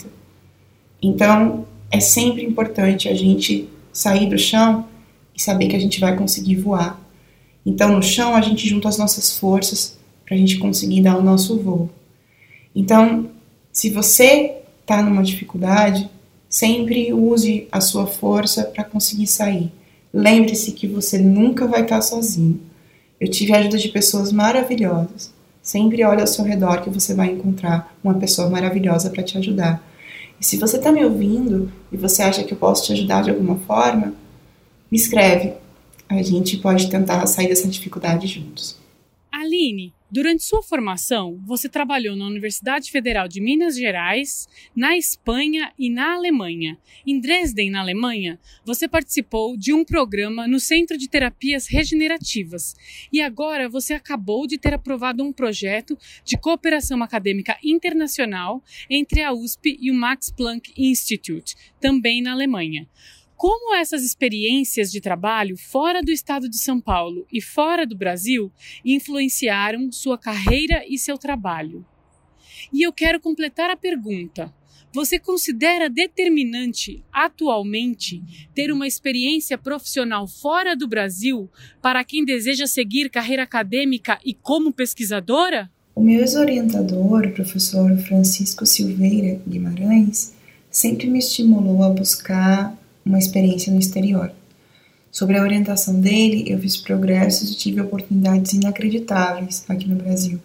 Então, é sempre importante a gente sair do chão e saber que a gente vai conseguir voar. Então, no chão, a gente junta as nossas forças para a gente conseguir dar o nosso voo. Então, se você está numa dificuldade, sempre use a sua força para conseguir sair. Lembre-se que você nunca vai estar sozinho. Eu tive a ajuda de pessoas maravilhosas. Sempre olhe ao seu redor que você vai encontrar uma pessoa maravilhosa para te ajudar. E se você está me ouvindo e você acha que eu posso te ajudar de alguma forma, me escreve. A gente pode tentar sair dessa dificuldade juntos. Aline, durante sua formação, você trabalhou na Universidade Federal de Minas Gerais, na Espanha e na Alemanha. Em Dresden, na Alemanha, você participou de um programa no Centro de Terapias Regenerativas. E agora você acabou de ter aprovado um projeto de cooperação acadêmica internacional entre a U S P e o Max Planck Institute, também na Alemanha. Como essas experiências de trabalho fora do estado de São Paulo e fora do Brasil influenciaram sua carreira e seu trabalho? E eu quero completar a pergunta. Você considera determinante, atualmente, ter uma experiência profissional fora do Brasil para quem deseja seguir carreira acadêmica e como pesquisadora? O meu ex-orientador, o professor Francisco Silveira Guimarães, sempre me estimulou a buscar uma experiência no exterior. Sobre a orientação dele, eu fiz progressos e tive oportunidades inacreditáveis aqui no Brasil.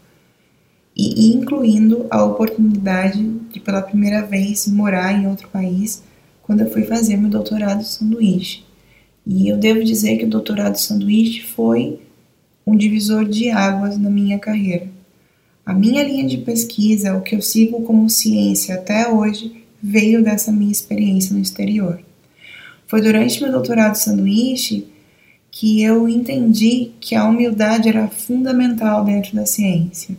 E incluindo a oportunidade de, pela primeira vez, morar em outro país quando eu fui fazer meu doutorado sanduíche. E eu devo dizer que o doutorado sanduíche foi um divisor de águas na minha carreira. A minha linha de pesquisa, o que eu sigo como ciência até hoje, veio dessa minha experiência no exterior. Foi durante meu doutorado sanduíche que eu entendi que a humildade era fundamental dentro da ciência.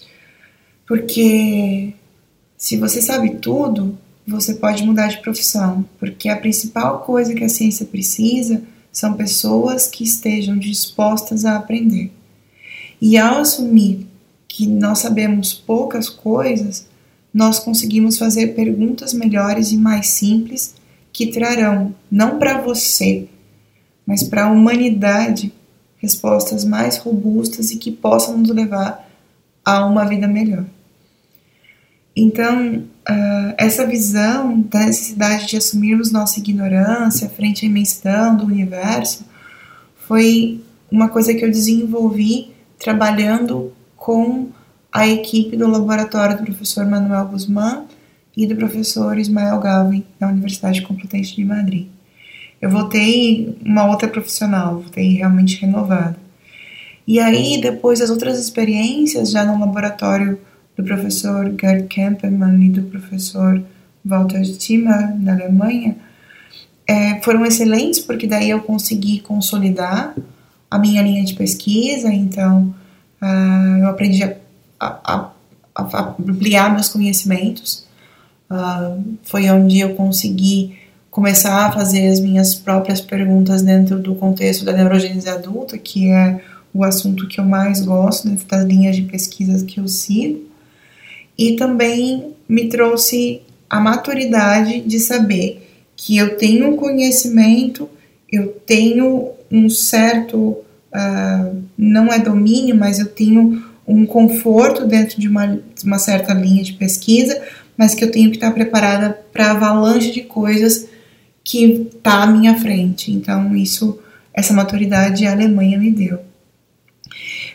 Porque se você sabe tudo, você pode mudar de profissão. Porque a principal coisa que a ciência precisa são pessoas que estejam dispostas a aprender. E ao assumir que nós sabemos poucas coisas, nós conseguimos fazer perguntas melhores e mais simples que trarão, não para você, mas para a humanidade, respostas mais robustas e que possam nos levar a uma vida melhor. Então, uh, essa visão da necessidade de assumirmos nossa ignorância frente à imensidão do universo foi uma coisa que eu desenvolvi trabalhando com a equipe do laboratório do professor Manuel Guzmán e do professor Ismael Galvin, da Universidade Complutense de Madrid. Eu voltei uma outra profissional, voltei realmente renovada. E aí, depois das outras experiências, já no laboratório do professor Gerd Kempermann e do professor Walter Stimmer, na Alemanha, é, foram excelentes, porque daí eu consegui consolidar a minha linha de pesquisa, então uh, eu aprendi a, a, a, a ampliar meus conhecimentos. Uh, foi onde eu consegui começar a fazer as minhas próprias perguntas dentro do contexto da neurogênese adulta, que é o assunto que eu mais gosto dentro das linhas de pesquisa que eu sigo, e também me trouxe a maturidade de saber que eu tenho um conhecimento, eu tenho um certo, uh, não é domínio, mas eu tenho um conforto dentro de uma, de uma certa linha de pesquisa, mas que eu tenho que estar preparada para a avalanche de coisas que está à minha frente. Então, isso, essa maturidade a Alemanha me deu.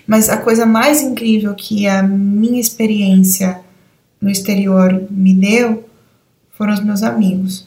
Mas a coisa mais incrível que a minha experiência no exterior me deu foram os meus amigos,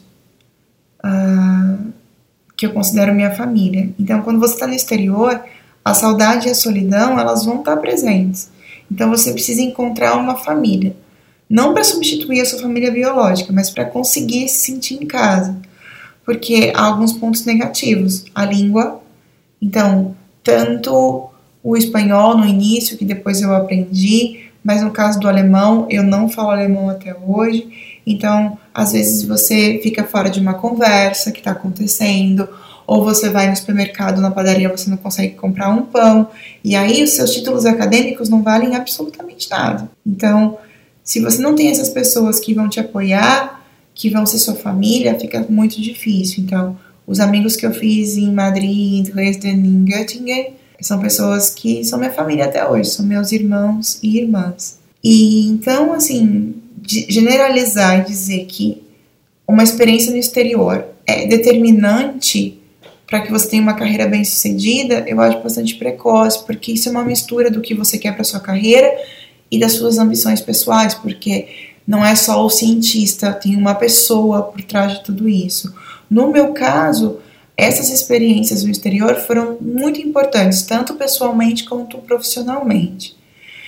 uh, que eu considero minha família. Então, quando você está no exterior, a saudade e a solidão, elas vão estar presentes. Então, você precisa encontrar uma família. Não para substituir a sua família biológica, mas para conseguir se sentir em casa. Porque há alguns pontos negativos. A língua. Então, tanto o espanhol no início, que depois eu aprendi, mas no caso do alemão, eu não falo alemão até hoje. Então, às vezes você fica fora de uma conversa que está acontecendo, ou você vai no supermercado, na padaria, você não consegue comprar um pão, e aí os seus títulos acadêmicos não valem absolutamente nada. Então, se você não tem essas pessoas que vão te apoiar, que vão ser sua família, fica muito difícil. Então, os amigos que eu fiz em Madrid, em Dresden, em Göttingen, são pessoas que são minha família até hoje, são meus irmãos e irmãs. E então, assim, generalizar e dizer que uma experiência no exterior é determinante para que você tenha uma carreira bem-sucedida, eu acho bastante precoce, porque isso é uma mistura do que você quer para sua carreira e das suas ambições pessoais, porque não é só o cientista, tem uma pessoa por trás de tudo isso. No meu caso, essas experiências no exterior foram muito importantes, tanto pessoalmente quanto profissionalmente.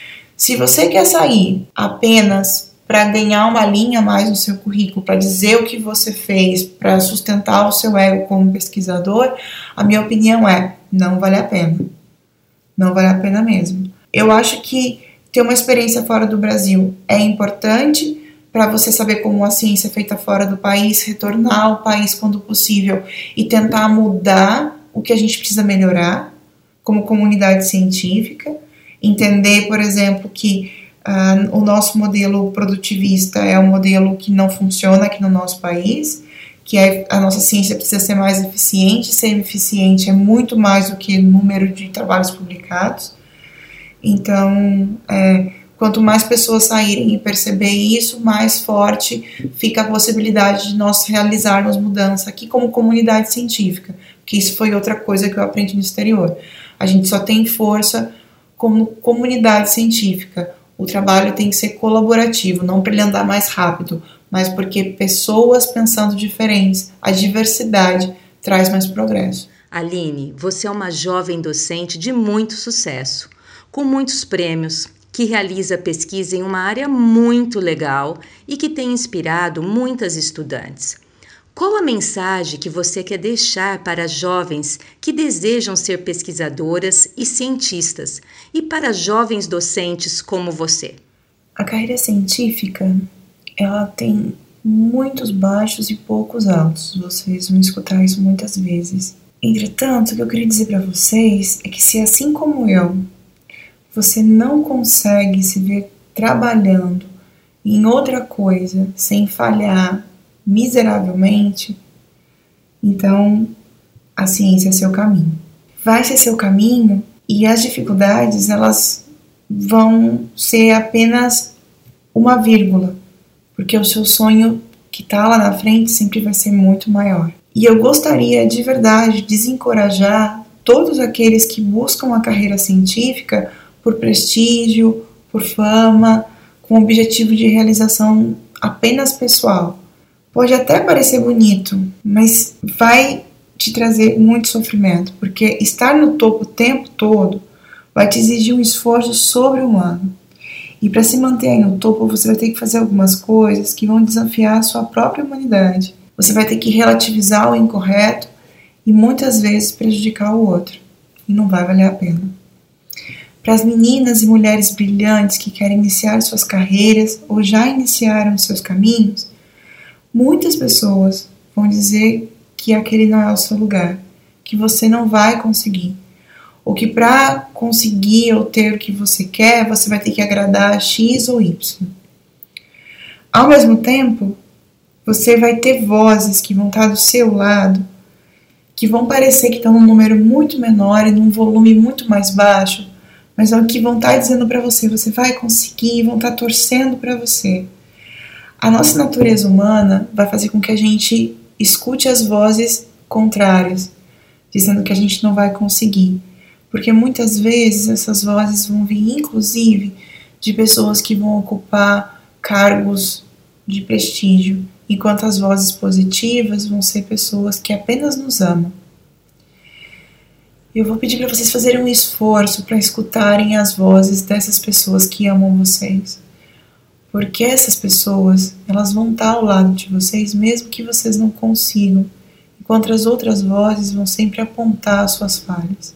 Se você quer sair apenas para ganhar uma linha a mais no seu currículo, para dizer o que você fez, para sustentar o seu ego como pesquisador, a minha opinião é, não vale a pena. Não vale a pena mesmo. Eu acho que ter uma experiência fora do Brasil é importante para você saber como a ciência é feita fora do país, retornar ao país quando possível e tentar mudar o que a gente precisa melhorar como comunidade científica. Entender, por exemplo, que uh, o nosso modelo produtivista é um modelo que não funciona aqui no nosso país, que é, a nossa ciência precisa ser mais eficiente. Ser eficiente é muito mais do que o número de trabalhos publicados. Então, é, quanto mais pessoas saírem e perceber isso, mais forte fica a possibilidade de nós realizarmos mudança aqui como comunidade científica, porque isso foi outra coisa que eu aprendi no exterior. A gente só tem força como comunidade científica. O trabalho tem que ser colaborativo, não para ele andar mais rápido, mas porque pessoas pensando diferentes, a diversidade traz mais progresso. Aline, você é uma jovem docente de muito sucesso, com muitos prêmios, que realiza pesquisa em uma área muito legal e que tem inspirado muitas estudantes. Qual a mensagem que você quer deixar para jovens que desejam ser pesquisadoras e cientistas e para jovens docentes como você? A carreira científica, ela tem muitos baixos e poucos altos. Vocês vão escutar isso muitas vezes. Entretanto, o que eu queria dizer para vocês é que se assim como eu, você não consegue se ver trabalhando em outra coisa sem falhar miseravelmente, então a ciência é seu caminho. Vai ser seu caminho e as dificuldades, elas vão ser apenas uma vírgula, porque o seu sonho que está lá na frente sempre vai ser muito maior. E eu gostaria de verdade de desencorajar todos aqueles que buscam a carreira científica por prestígio, por fama, com o objetivo de realização apenas pessoal. Pode até parecer bonito, mas vai te trazer muito sofrimento, porque estar no topo o tempo todo vai te exigir um esforço sobre-humano. E para se manter aí no topo, você vai ter que fazer algumas coisas que vão desafiar a sua própria humanidade. Você vai ter que relativizar o incorreto e muitas vezes prejudicar o outro. E não vai valer a pena. Para as meninas e mulheres brilhantes que querem iniciar suas carreiras ou já iniciaram seus caminhos, muitas pessoas vão dizer que aquele não é o seu lugar, que você não vai conseguir, ou que para conseguir ou ter o que você quer, você vai ter que agradar X ou Y. Ao mesmo tempo, você vai ter vozes que vão estar do seu lado, que vão parecer que estão num número muito menor e num volume muito mais baixo, mas é o que vão estar dizendo para você, você vai conseguir, vão estar torcendo para você. A nossa natureza humana vai fazer com que a gente escute as vozes contrárias, dizendo que a gente não vai conseguir. Porque muitas vezes essas vozes vão vir, inclusive, de pessoas que vão ocupar cargos de prestígio, enquanto as vozes positivas vão ser pessoas que apenas nos amam. Eu vou pedir para vocês fazerem um esforço para escutarem as vozes dessas pessoas que amam vocês. Porque essas pessoas, elas vão estar ao lado de vocês, mesmo que vocês não consigam, enquanto as outras vozes vão sempre apontar as suas falhas.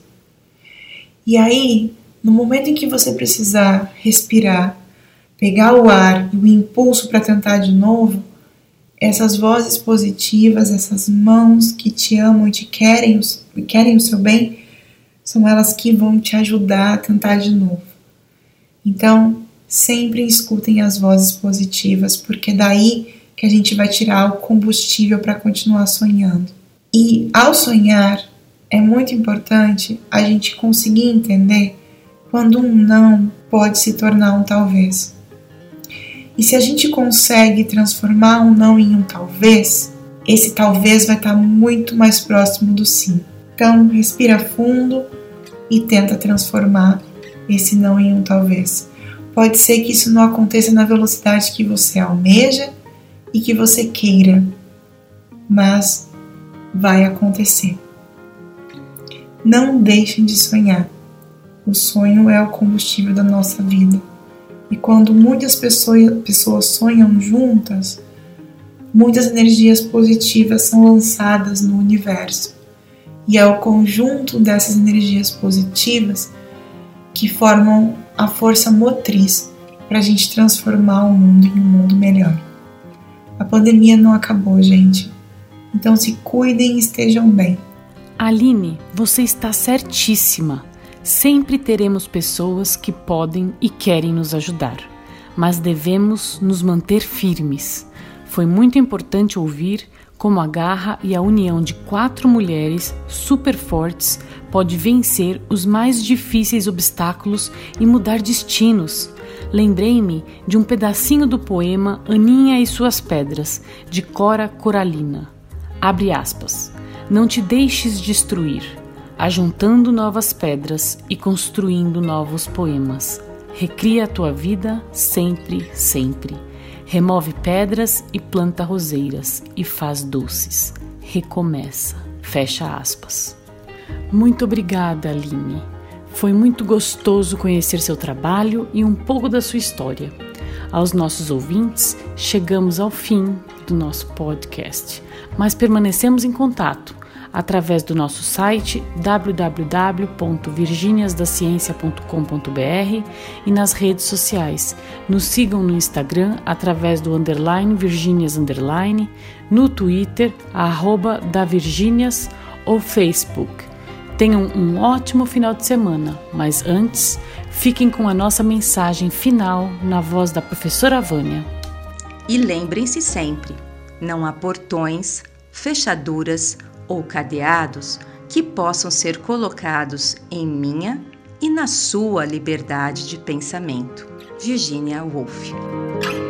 E aí, no momento em que você precisar respirar, pegar o ar e o impulso para tentar de novo, essas vozes positivas, essas mãos que te amam e te querem, querem o seu bem, são elas que vão te ajudar a tentar de novo. Então, sempre escutem as vozes positivas, porque é daí que a gente vai tirar o combustível para continuar sonhando. E ao sonhar, é muito importante a gente conseguir entender quando um não pode se tornar um talvez. E se a gente consegue transformar um não em um talvez, esse talvez vai estar muito mais próximo do sim. Então, respira fundo e tenta transformar esse não em um talvez. Pode ser que isso não aconteça na velocidade que você almeja e que você queira, mas vai acontecer. Não deixem de sonhar. O sonho é o combustível da nossa vida. E quando muitas pessoas, pessoas sonham juntas, muitas energias positivas são lançadas no universo. E é o conjunto dessas energias positivas que formam a força motriz para a gente transformar o mundo em um mundo melhor. A pandemia não acabou, gente. Então se cuidem e estejam bem. Aline, você está certíssima. Sempre teremos pessoas que podem e querem nos ajudar, mas devemos nos manter firmes. Foi muito importante ouvir como a garra e a união de quatro mulheres super fortes pode vencer os mais difíceis obstáculos e mudar destinos. Lembrei-me de um pedacinho do poema Aninha e Suas Pedras, de Cora Coralina. Abre aspas. Não te deixes destruir, ajuntando novas pedras e construindo novos poemas. Recria a tua vida sempre, sempre. Remove pedras e planta roseiras e faz doces. Recomeça. Fecha aspas. Muito obrigada, Aline. Foi muito gostoso conhecer seu trabalho e um pouco da sua história. Aos nossos ouvintes, chegamos ao fim do nosso podcast, mas permanecemos em contato através do nosso site w w w ponto virginias da ciência ponto com ponto b r e nas redes sociais. Nos sigam no Instagram através do underline Virginias underline, no Twitter, arroba da Virginias ou Facebook. Tenham um ótimo final de semana, mas antes, fiquem com a nossa mensagem final na voz da professora Vânia. E lembrem-se sempre, não há portões, fechaduras ou cadeados que possam ser colocados em minha e na sua liberdade de pensamento. Virginia Woolf.